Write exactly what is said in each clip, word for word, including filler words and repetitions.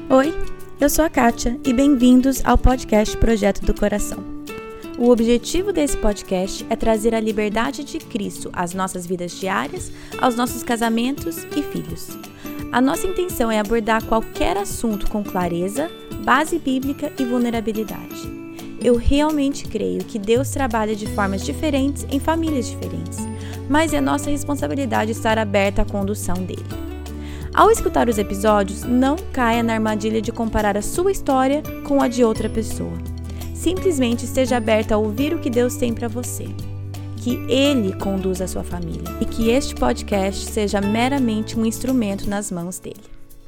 Oi, eu sou a Kátia e bem-vindos ao podcast Projeto do Coração. O objetivo desse podcast é trazer a liberdade de Cristo às nossas vidas diárias, aos nossos casamentos e filhos. A nossa intenção é abordar qualquer assunto com clareza, base bíblica e vulnerabilidade. Eu realmente creio que Deus trabalha de formas diferentes em famílias diferentes, mas é nossa responsabilidade estar aberta à condução dele. Ao escutar os episódios, não caia na armadilha de comparar a sua história com a de outra pessoa. Simplesmente esteja aberta a ouvir o que Deus tem para você. Que Ele conduza a sua família e que este podcast seja meramente um instrumento nas mãos dele.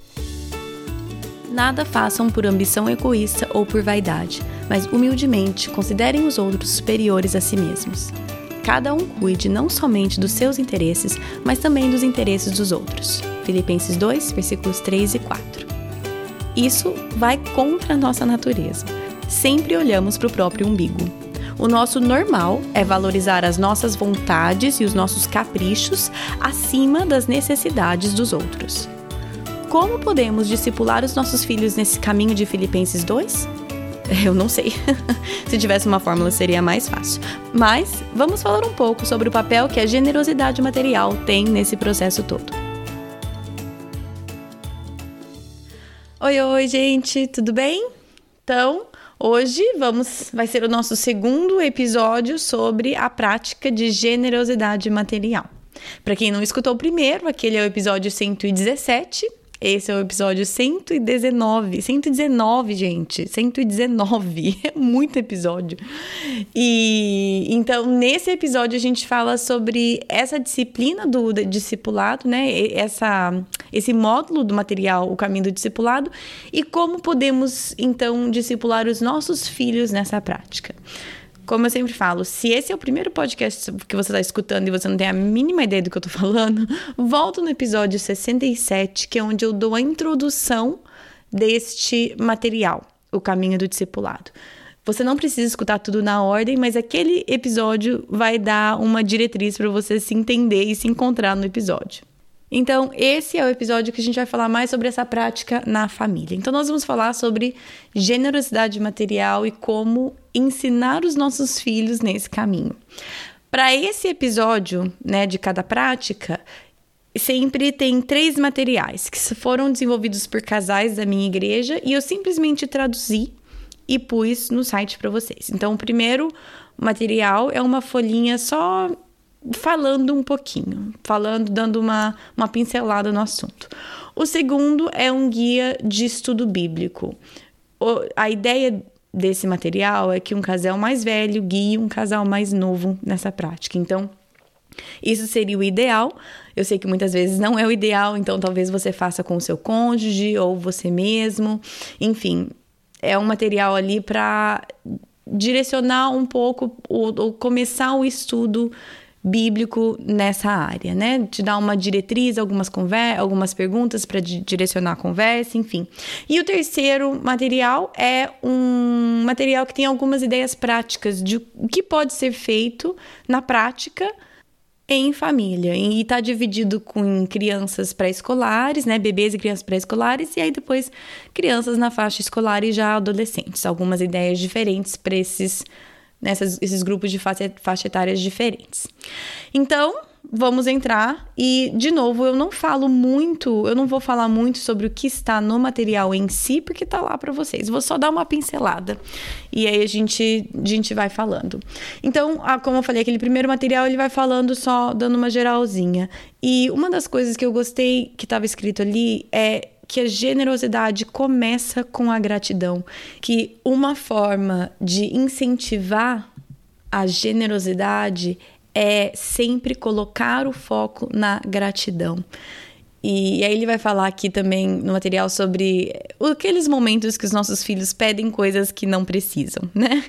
Nada façam por ambição egoísta ou por vaidade, mas humildemente considerem os outros superiores a si mesmos. Cada um cuide não somente dos seus interesses, mas também dos interesses dos outros. Filipenses dois, versículos três e quatro. Isso vai contra a nossa natureza. Sempre olhamos para o próprio umbigo. O nosso normal é valorizar as nossas vontades e os nossos caprichos acima das necessidades dos outros. Como podemos discipular os nossos filhos nesse caminho de Filipenses dois? Eu não sei. Se tivesse uma fórmula seria mais fácil. Mas vamos falar um pouco sobre o papel que a generosidade material tem nesse processo todo. Oi, oi, gente, tudo bem? Então, hoje vamos, vai ser o nosso segundo episódio sobre a prática de generosidade material. Para quem não escutou o primeiro, aquele é o episódio cento e dezessete. Esse é o episódio cento e dezenove. cento e dezenove, gente. cento e dezenove. É muito episódio. E então, nesse episódio, a gente fala sobre essa disciplina do discipulado, né? Essa, esse módulo do material, o caminho do discipulado, e como podemos, então, discipular os nossos filhos nessa prática. Como eu sempre falo, se esse é o primeiro podcast que você está escutando e você não tem a mínima ideia do que eu estou falando, volta no episódio sessenta e sete, que é onde eu dou a introdução deste material, o caminho do discipulado. Você não precisa escutar tudo na ordem, mas aquele episódio vai dar uma diretriz para você se entender e se encontrar no episódio. Então, esse é o episódio que a gente vai falar mais sobre essa prática na família. Então, nós vamos falar sobre generosidade material e como ensinar os nossos filhos nesse caminho. Para esse episódio, né, de cada prática, sempre tem três materiais que foram desenvolvidos por casais da minha igreja e eu simplesmente traduzi e pus no site para vocês. Então, o primeiro material é uma folhinha só falando um pouquinho, falando, dando uma, uma pincelada no assunto. O segundo é um guia de estudo bíblico. O, a ideia desse material é que um casal mais velho guie um casal mais novo nessa prática. Então, isso seria o ideal. Eu sei que muitas vezes não é o ideal, então talvez você faça com o seu cônjuge ou você mesmo. Enfim, é um material ali para direcionar um pouco, ou, ou começar o estudo bíblico nessa área, né? Te dar uma diretriz, algumas, conver- algumas perguntas para di- direcionar a conversa, enfim. E o terceiro material é um material que tem algumas ideias práticas de o que pode ser feito na prática em família. E está dividido com crianças pré-escolares, né? Bebês e crianças pré-escolares, e aí depois crianças na faixa escolar e já adolescentes. Algumas ideias diferentes para esses Nessas, esses grupos de faixa, faixa etárias diferentes. Então, vamos entrar e, de novo, eu não falo muito, eu não vou falar muito sobre o que está no material em si, porque está lá para vocês. Vou só dar uma pincelada e aí a gente, a gente vai falando. Então, como eu falei, aquele primeiro material ele vai falando só, dando uma geralzinha. E uma das coisas que eu gostei que estava escrito ali é que a generosidade começa com a gratidão, que uma forma de incentivar a generosidade é sempre colocar o foco na gratidão. E, e aí ele vai falar aqui também no material sobre aqueles momentos que os nossos filhos pedem coisas que não precisam, né?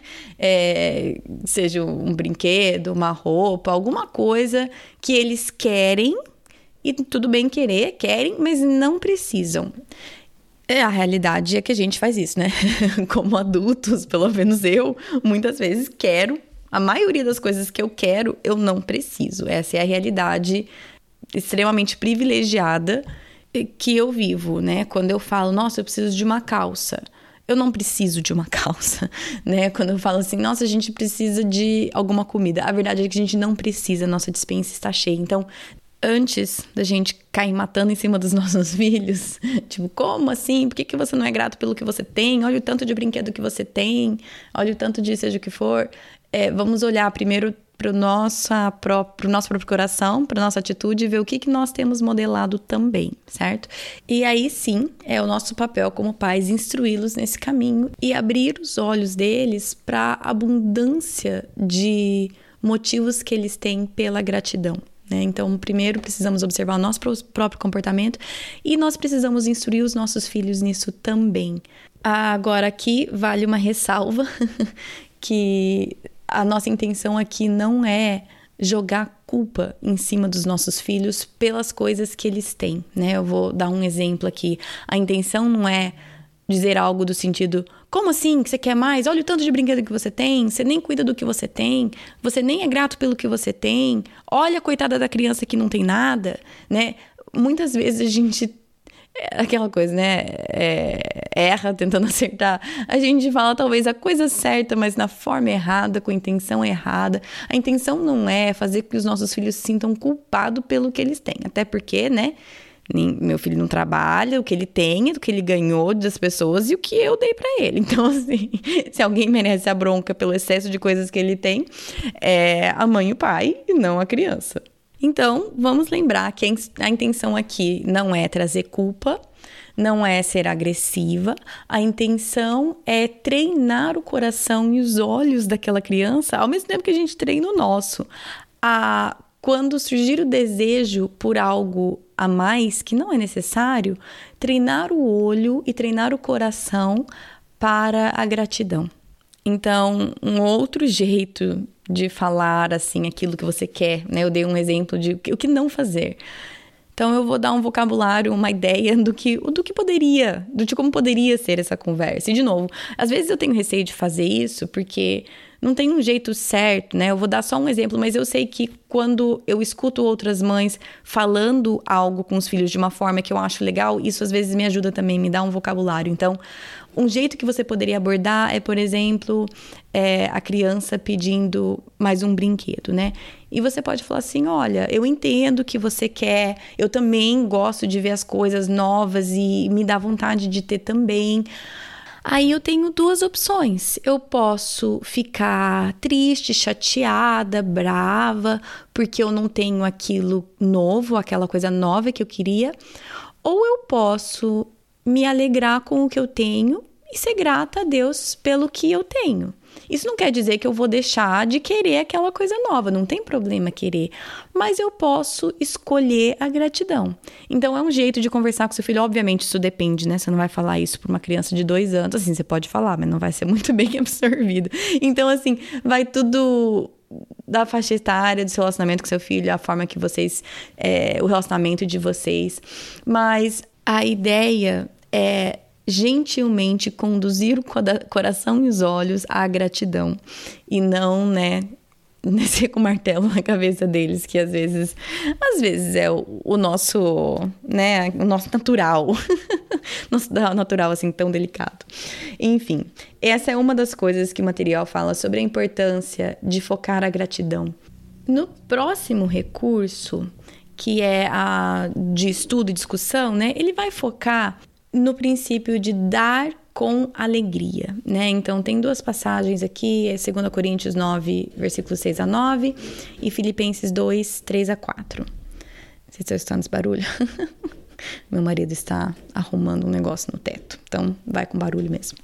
É, seja um brinquedo, uma roupa, alguma coisa que eles querem. E tudo bem querer, querem, mas não precisam. É, a realidade é que a gente faz isso, né? Como adultos, pelo menos eu, muitas vezes quero. A maioria das coisas que eu quero, eu não preciso. Essa é a realidade extremamente privilegiada que eu vivo, né? Quando eu falo, nossa, eu preciso de uma calça. Eu não preciso de uma calça, né? Quando eu falo assim, nossa, a gente precisa de alguma comida. A verdade é que a gente não precisa, nossa despensa está cheia. Então, antes da gente cair matando em cima dos nossos filhos, tipo, como assim? Por que, que você não é grato pelo que você tem? Olha o tanto de brinquedo que você tem, olha o tanto de seja o que for. É, vamos olhar primeiro para o nosso próprio, nosso próprio coração, para nossa atitude e ver o que, que nós temos modelado também, certo? E aí sim, é o nosso papel como pais instruí-los nesse caminho e abrir os olhos deles para a abundância de motivos que eles têm pela gratidão. Né? Então, primeiro precisamos observar o nosso próprio comportamento e nós precisamos instruir os nossos filhos nisso também. Agora, aqui vale uma ressalva que a nossa intenção aqui não é jogar culpa em cima dos nossos filhos pelas coisas que eles têm, né? Eu vou dar um exemplo aqui. A intenção não é dizer algo do sentido, como assim que você quer mais? Olha o tanto de brinquedo que você tem, você nem cuida do que você tem, você nem é grato pelo que você tem, olha a coitada da criança que não tem nada, né? Muitas vezes a gente... Aquela coisa, né? É, erra tentando acertar. A gente fala talvez a coisa certa, mas na forma errada, com a intenção errada. A intenção não é fazer com que os nossos filhos se sintam culpados pelo que eles têm. Até porque, né? Meu filho não trabalha, o que ele tem é do que ele ganhou das pessoas e o que eu dei pra ele. Então, assim, se alguém merece a bronca pelo excesso de coisas que ele tem, é a mãe e o pai e não a criança. Então, vamos lembrar que a intenção aqui não é trazer culpa, não é ser agressiva. A intenção é treinar o coração e os olhos daquela criança, ao mesmo tempo que a gente treina o nosso. A, quando surgir o desejo por algo a mais que não é necessário, treinar o olho e treinar o coração para a gratidão. Então, um outro jeito de falar, assim, aquilo que você quer, né? Eu dei um exemplo de o que não fazer. Então, eu vou dar um vocabulário, uma ideia do que, do que poderia, do de como poderia ser essa conversa. E, de novo, às vezes eu tenho receio de fazer isso, porque não tem um jeito certo, né? Eu vou dar só um exemplo, mas eu sei que quando eu escuto outras mães falando algo com os filhos de uma forma que eu acho legal, isso às vezes me ajuda também, me dá um vocabulário. Então, um jeito que você poderia abordar é, por exemplo, é, a criança pedindo mais um brinquedo, né? E você pode falar assim, olha, eu entendo que você quer, eu também gosto de ver as coisas novas e me dá vontade de ter também. Aí eu tenho duas opções. Eu posso ficar triste, chateada, brava, porque eu não tenho aquilo novo, aquela coisa nova que eu queria. Ou eu posso me alegrar com o que eu tenho e ser grata a Deus pelo que eu tenho. Isso não quer dizer que eu vou deixar de querer aquela coisa nova, não tem problema querer, mas eu posso escolher a gratidão. Então é um jeito de conversar com seu filho, obviamente isso depende, né? Você não vai falar isso para uma criança de dois anos, assim, você pode falar, mas não vai ser muito bem absorvido. Então, assim, vai tudo da faixa etária, do seu relacionamento com seu filho, a forma que vocês, é, o relacionamento de vocês, mas a ideia é gentilmente conduzir o coração e os olhos à gratidão e não, né, descer com o martelo na cabeça deles, que às vezes, às vezes é o, o nosso, né, o nosso natural, nosso natural assim tão delicado. Enfim, essa é uma das coisas que o material fala sobre a importância de focar a gratidão. No próximo recurso, que é a de estudo e discussão, né, ele vai focar no princípio de dar com alegria, né? Então, tem duas passagens aqui, é dois Coríntios nove, versículos seis a nove e Filipenses dois, três a quatro. Vocês estão escutando esse barulho? Meu marido está arrumando um negócio no teto, então vai com barulho mesmo.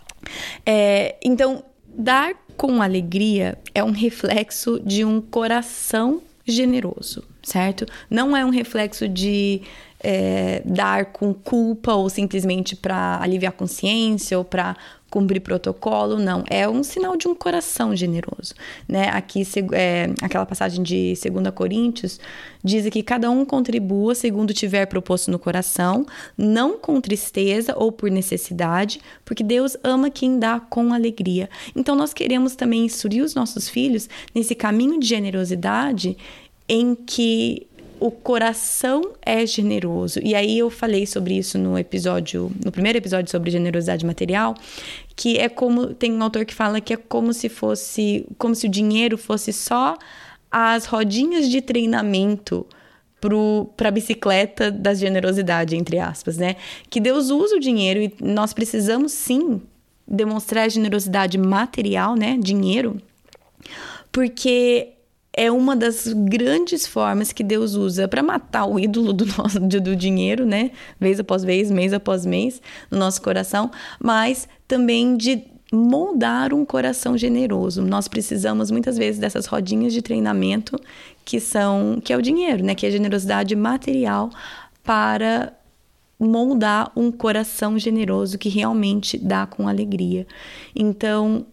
É, então, dar com alegria é um reflexo de um coração generoso, certo? Não é um reflexo de é, dar com culpa ou simplesmente para aliviar a consciência ou para cumprir protocolo, não. É um sinal de um coração generoso, né? Aqui, é, aquela passagem de dois Coríntios diz que cada um contribua segundo tiver proposto no coração, não com tristeza ou por necessidade, porque Deus ama quem dá com alegria. Então, nós queremos também instruir os nossos filhos nesse caminho de generosidade em que o coração é generoso. E aí eu falei sobre isso no episódio, no primeiro episódio sobre generosidade material, que é como, tem um autor que fala que é como se fosse, como se o dinheiro fosse só as rodinhas de treinamento para a bicicleta da generosidade, entre aspas, né? Que Deus usa o dinheiro e nós precisamos sim demonstrar a generosidade material, né? Dinheiro, porque é uma das grandes formas que Deus usa para matar o ídolo do, nosso, do dinheiro, né? Vez após vez, mês após mês, no nosso coração, mas também de moldar um coração generoso. Nós precisamos muitas vezes dessas rodinhas de treinamento que são, que é o dinheiro, né? Que é a generosidade material para moldar um coração generoso que realmente dá com alegria. Então,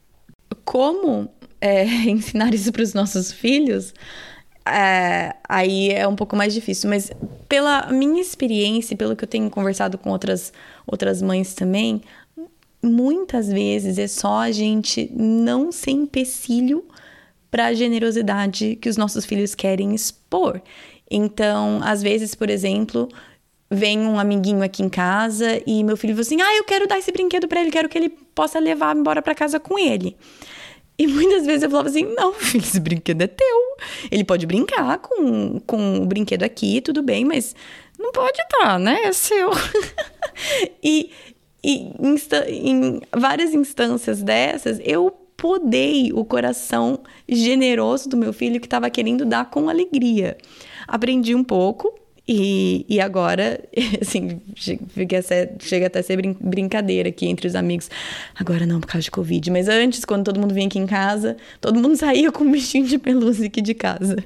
como é, ensinar isso para os nossos filhos? É, aí é um pouco mais difícil, mas pela minha experiência, pelo que eu tenho conversado com outras, outras mães também, muitas vezes é só a gente não ser empecilho para a generosidade que os nossos filhos querem expor. Então, às vezes, por exemplo, vem um amiguinho aqui em casa e meu filho fala assim, ah, eu quero dar esse brinquedo para ele, quero que ele possa levar embora para casa com ele. E muitas vezes eu falava assim, não, filho, esse brinquedo é teu. Ele pode brincar com, com o brinquedo aqui, tudo bem, mas não pode dar, né? É seu. e e insta- em várias instâncias dessas, eu podei o coração generoso do meu filho que estava querendo dar com alegria. Aprendi um pouco. E, e agora, assim, chega, ser, chega até a ser brin- brincadeira aqui entre os amigos. Agora não, por causa de Covid. Mas antes, quando todo mundo vinha aqui em casa, todo mundo saía com um bichinho de pelúcia aqui de casa.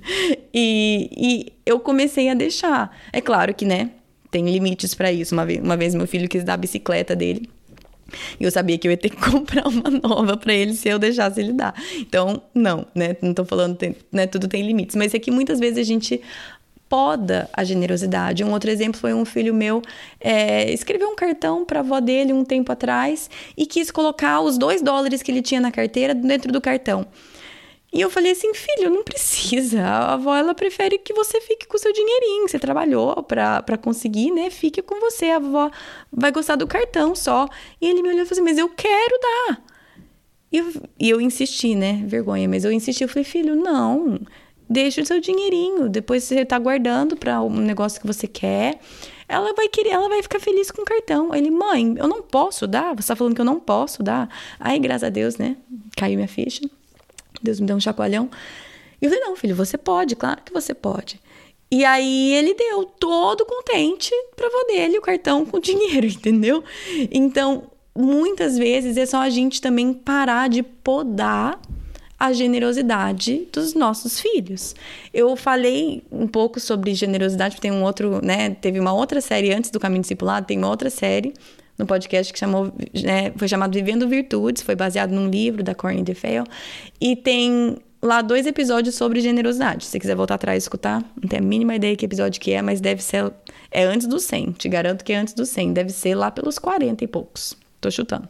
E, e eu comecei a deixar. É claro que, né, tem limites pra isso. Uma vez, uma vez meu filho quis dar a bicicleta dele. E eu sabia que eu ia ter que comprar uma nova pra ele se eu deixasse ele dar. Então, não, né? Não tô falando, tem, né? Tudo tem limites. Mas é que muitas vezes a gente poda a generosidade. Um outro exemplo foi um filho meu é, escreveu um cartão para a avó dele um tempo atrás e quis colocar os dois dólares que ele tinha na carteira dentro do cartão. E eu falei assim, filho, não precisa. A avó, ela prefere que você fique com o seu dinheirinho. Você trabalhou para para conseguir, né? Fique com você. A avó vai gostar do cartão só. E ele me olhou e falou assim, mas eu quero dar. E eu, e eu insisti, né? Vergonha, mas eu insisti. Eu falei, filho, não. Deixa o seu dinheirinho, depois você tá guardando para um negócio que você quer. Ela vai querer, ela vai ficar feliz com o cartão. Ele, mãe, eu não posso dar? Você tá falando que eu não posso dar? Aí, graças a Deus, né? Caiu minha ficha. Deus me deu um chacoalhão. E eu falei, não, filho, você pode, claro que você pode. E aí ele deu, todo contente pra avó dele, o cartão com dinheiro, entendeu? Então, muitas vezes é só a gente também parar de podar a generosidade dos nossos filhos. Eu falei um pouco sobre generosidade, tem um outro, né, teve uma outra série antes do Caminho Discipulado, tem uma outra série no podcast que chamou, né, foi chamado Vivendo Virtudes, foi baseado num livro da Corny DeFeo, e tem lá dois episódios sobre generosidade. Se você quiser voltar atrás e escutar, não tenho a mínima ideia que episódio que é, mas deve ser, é antes do cem, te garanto que é antes do cem, deve ser lá pelos quarenta e poucos, tô chutando.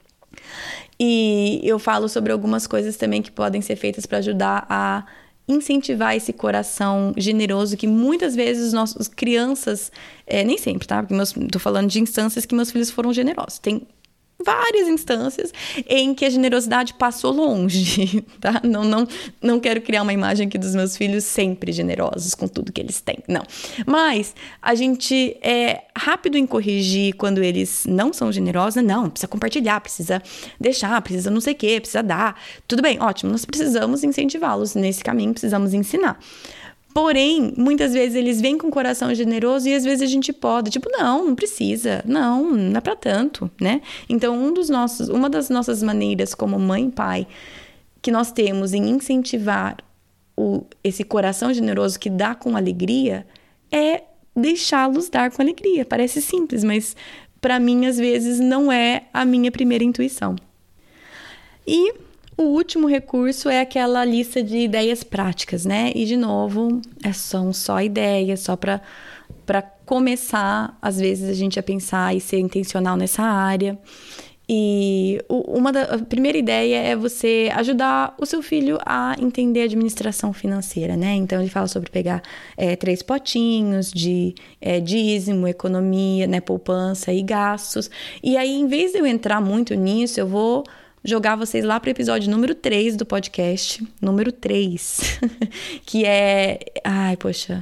E eu falo sobre algumas coisas também que podem ser feitas para ajudar a incentivar esse coração generoso que muitas vezes nossas crianças, é, nem sempre, tá? Porque meus, tô falando de instâncias que meus filhos foram generosos. Tem várias instâncias em que a generosidade passou longe, tá? Não, não, não quero criar uma imagem aqui dos meus filhos sempre generosos com tudo que eles têm, não. Mas a gente é rápido em corrigir quando eles não são generosos, não, precisa compartilhar, precisa deixar, precisa não sei o quê, precisa dar. Tudo bem, ótimo, nós precisamos incentivá-los nesse caminho, precisamos ensinar. Porém, muitas vezes eles vêm com o coração generoso e às vezes a gente pode, tipo, não, não precisa, não, não é pra tanto, né? Então, um dos nossos, uma das nossas maneiras como mãe e pai que nós temos em incentivar o, esse coração generoso que dá com alegria é deixá-los dar com alegria. Parece simples, mas para mim, às vezes, não é a minha primeira intuição. E o último recurso é aquela lista de ideias práticas, né? E, de novo, é, são só ideias, só para para começar, às vezes, a gente a pensar e ser intencional nessa área. E uma da, a primeira ideia é você ajudar o seu filho a entender a administração financeira, né? Então, ele fala sobre pegar é, três potinhos de é, dízimo, economia, né? Poupança e gastos. E aí, em vez de eu entrar muito nisso, eu vou jogar vocês lá para o episódio número três do podcast. Número três. Que é... Ai, poxa...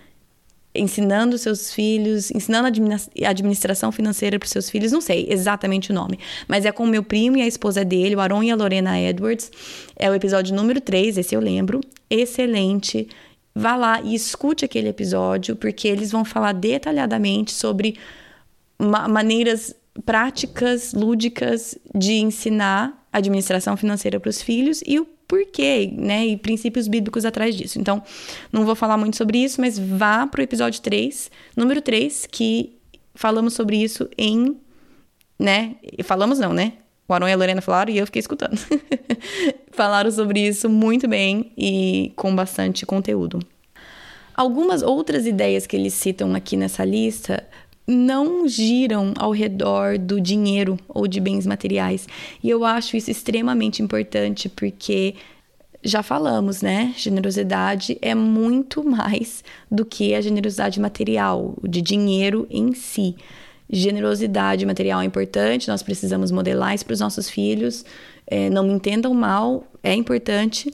ensinando seus filhos, ensinando a administração financeira para os seus filhos, não sei exatamente o nome, mas é com o meu primo e a esposa dele, o Aaron e a Lorena Edwards. É o episódio número três, esse eu lembro. Excelente. Vá lá e escute aquele episódio, porque eles vão falar detalhadamente sobre ma- maneiras práticas, lúdicas de ensinar administração financeira para os filhos e o porquê, né, e princípios bíblicos atrás disso. Então, não vou falar muito sobre isso, mas vá pro episódio três, número três, que falamos sobre isso em, né, falamos não, né, o Aaron e a Lorena falaram e eu fiquei escutando. Falaram sobre isso muito bem e com bastante conteúdo. Algumas outras ideias que eles citam aqui nessa lista não giram ao redor do dinheiro ou de bens materiais. E eu acho isso extremamente importante porque, já falamos, né? Generosidade é muito mais do que a generosidade material, de dinheiro em si. Generosidade material é importante, nós precisamos modelar isso para os nossos filhos. É, não me entendam mal, é importante,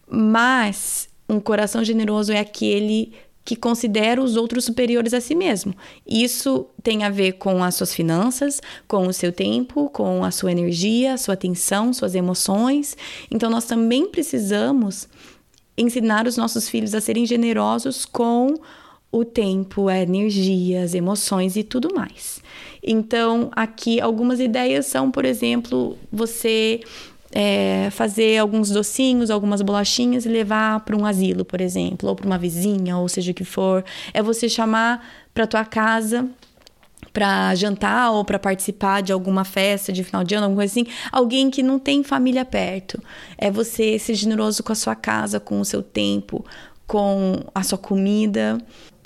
mas um coração generoso é aquele que considera os outros superiores a si mesmo. Isso tem a ver com as suas finanças, com o seu tempo, com a sua energia, a sua atenção, suas emoções. Então, nós também precisamos ensinar os nossos filhos a serem generosos com o tempo, a energia, as emoções e tudo mais. Então, aqui algumas ideias são, por exemplo, você... É, fazer alguns docinhos, algumas bolachinhas e levar para um asilo, por exemplo, ou para uma vizinha, ou seja o que for. É você chamar para tua casa para jantar ou para participar de alguma festa de final de ano, alguma coisa assim, alguém que não tem família perto. É você ser generoso com a sua casa, com o seu tempo, com a sua comida.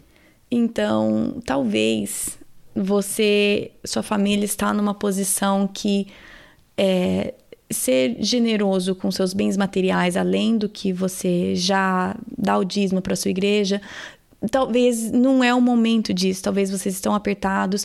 Então, talvez você, sua família está numa posição que é, ser generoso com seus bens materiais, além do que você já dá o dízimo para sua igreja, talvez não é o momento disso, talvez vocês estão apertados.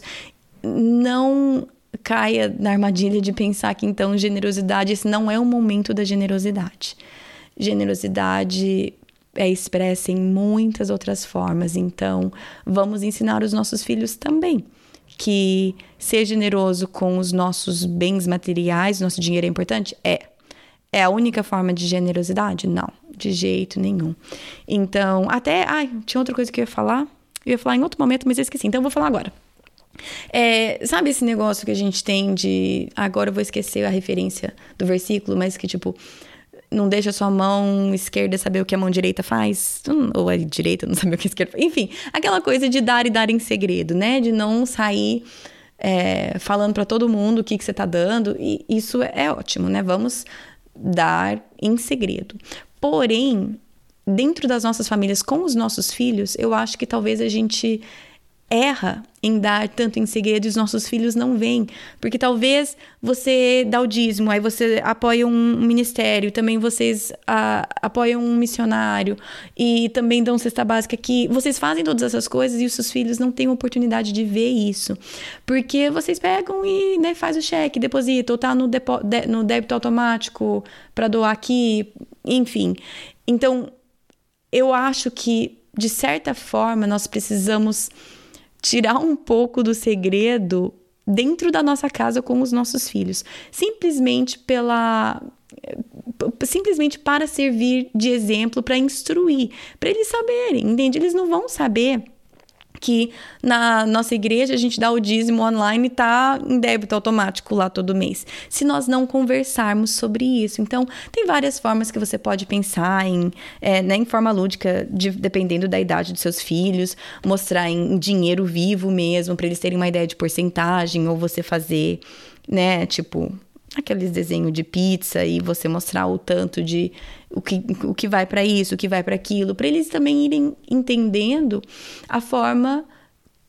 Não caia na armadilha de pensar que então generosidade, esse não é o momento da generosidade. Generosidade é expressa em muitas outras formas, então vamos ensinar os nossos filhos também que ser generoso com os nossos bens materiais, nosso dinheiro é importante? É. É a única forma de generosidade? Não, de jeito nenhum. Então, até... Ai, tinha outra coisa que eu ia falar. Eu ia falar em outro momento, mas eu esqueci. Então, eu vou falar agora. É, sabe esse negócio que a gente tem de... Agora eu vou esquecer a referência do versículo, mas que, tipo... Não deixa a sua mão esquerda saber o que a mão direita faz. Ou a direita não saber o que a esquerda faz. Enfim, aquela coisa de dar e dar em segredo, né? De não sair é, falando para todo mundo o que, que você tá dando. E isso é ótimo, né? Vamos dar em segredo. Porém, dentro das nossas famílias, com os nossos filhos, eu acho que talvez a gente erra em dar tanto em segredo e os nossos filhos não veem. Porque talvez você dá o dízimo, aí você apoia um ministério, também vocês a, apoiam um missionário e também dão cesta básica, que vocês fazem todas essas coisas e os seus filhos não têm oportunidade de ver isso. Porque vocês pegam e, né, faz o cheque, deposita, ou tá no, depo, de, no débito automático para doar aqui, enfim. Então, eu acho que, de certa forma, nós precisamos tirar um pouco do segredo dentro da nossa casa com os nossos filhos. Simplesmente pela... Simplesmente para servir de exemplo, para instruir, para eles saberem, entende? Eles não vão saber que na nossa igreja a gente dá o dízimo online e tá em débito automático lá todo mês, se nós não conversarmos sobre isso. Então, tem várias formas que você pode pensar em, é, né, em forma lúdica, de, dependendo da idade dos seus filhos, mostrar em dinheiro vivo mesmo, para eles terem uma ideia de porcentagem, ou você fazer, né, tipo... aqueles desenhos de pizza e você mostrar o tanto de o que, o que vai para isso, o que vai para aquilo, para eles também irem entendendo a forma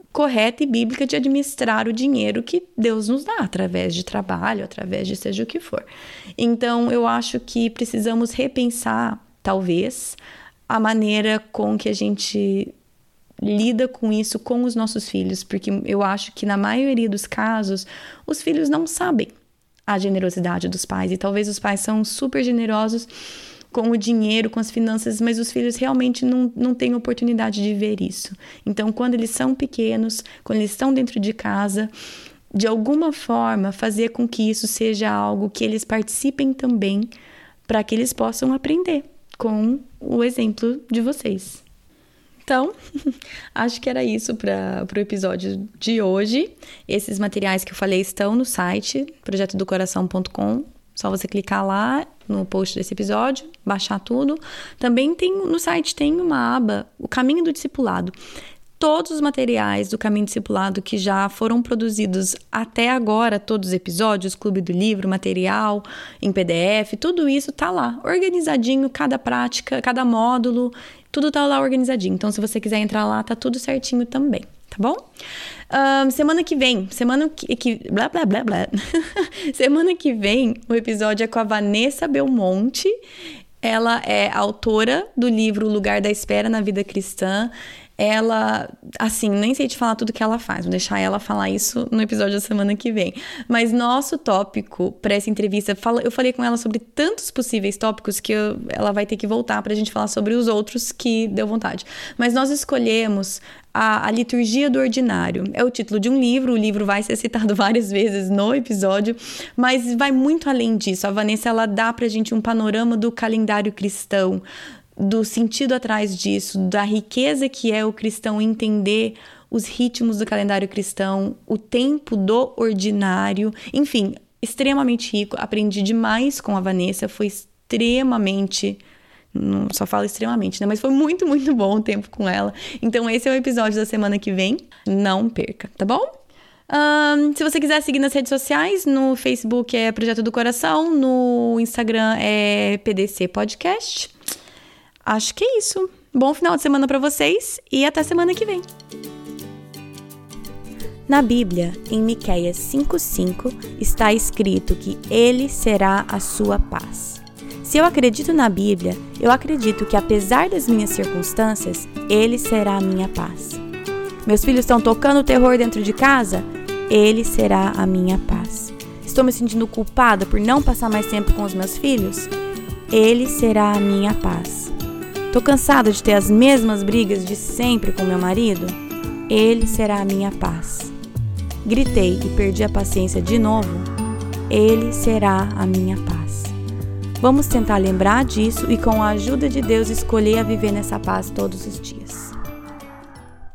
correta e bíblica de administrar o dinheiro que Deus nos dá, através de trabalho, através de seja o que for. Então, eu acho que precisamos repensar, talvez, a maneira com que a gente lida com isso com os nossos filhos, porque eu acho que na maioria dos casos, os filhos não sabem a generosidade dos pais, e talvez os pais são super generosos com o dinheiro, com as finanças, mas os filhos realmente não, não têm oportunidade de ver isso. Então, quando eles são pequenos, quando eles estão dentro de casa, de alguma forma, fazer com que isso seja algo que eles participem também, para que eles possam aprender com o exemplo de vocês. Então, acho que era isso para o episódio de hoje. Esses materiais que eu falei estão no site, projeto do coração ponto com. Só você clicar lá no post desse episódio, baixar tudo. Também tem no site tem uma aba, o Caminho do Discipulado. Todos os materiais do Caminho Discipulado que já foram produzidos até agora, todos os episódios, Clube do Livro, material em P D F, tudo isso tá lá, organizadinho, cada prática, cada módulo, tudo tá lá organizadinho. Então, se você quiser entrar lá, tá tudo certinho também, tá bom? Um, semana que vem, semana que... que blá, blá, blá, blá. Semana que vem, o episódio é com a Vanessa Belmonte. Ela é autora do livro O Lugar da Espera na Vida Cristã. Ela, assim, nem sei te falar tudo que ela faz, vou deixar ela falar isso no episódio da semana que vem. Mas nosso tópico para essa entrevista, eu falei com ela sobre tantos possíveis tópicos que eu, ela vai ter que voltar pra gente falar sobre os outros que deu vontade. Mas nós escolhemos a, a Liturgia do Ordinário. É o título de um livro, o livro vai ser citado várias vezes no episódio, mas vai muito além disso. A Vanessa, ela dá pra gente um panorama do calendário cristão, do sentido atrás disso, da riqueza que é o cristão entender os ritmos do calendário cristão, o tempo do ordinário, enfim, extremamente rico. Aprendi demais com a Vanessa, foi extremamente, não só falo extremamente, né? Mas foi muito, muito bom o tempo com ela. Então esse é o episódio da semana que vem, não perca, tá bom? Um, se você quiser seguir nas redes sociais, no Facebook é Projeto do Coração, no Instagram é P D C Podcast. Acho que é isso. Bom final de semana para vocês e até semana que vem. Na Bíblia, em Miqueias cinco cinco, está escrito que Ele será a sua paz. Se eu acredito na Bíblia, eu acredito que apesar das minhas circunstâncias, Ele será a minha paz. Meus filhos estão tocando terror dentro de casa? Ele será a minha paz. Estou me sentindo culpada por não passar mais tempo com os meus filhos? Ele será a minha paz. Tô cansada de ter as mesmas brigas de sempre com meu marido? Ele será a minha paz. Gritei e perdi a paciência de novo? Ele será a minha paz. Vamos tentar lembrar disso e com a ajuda de Deus escolher a viver nessa paz todos os dias.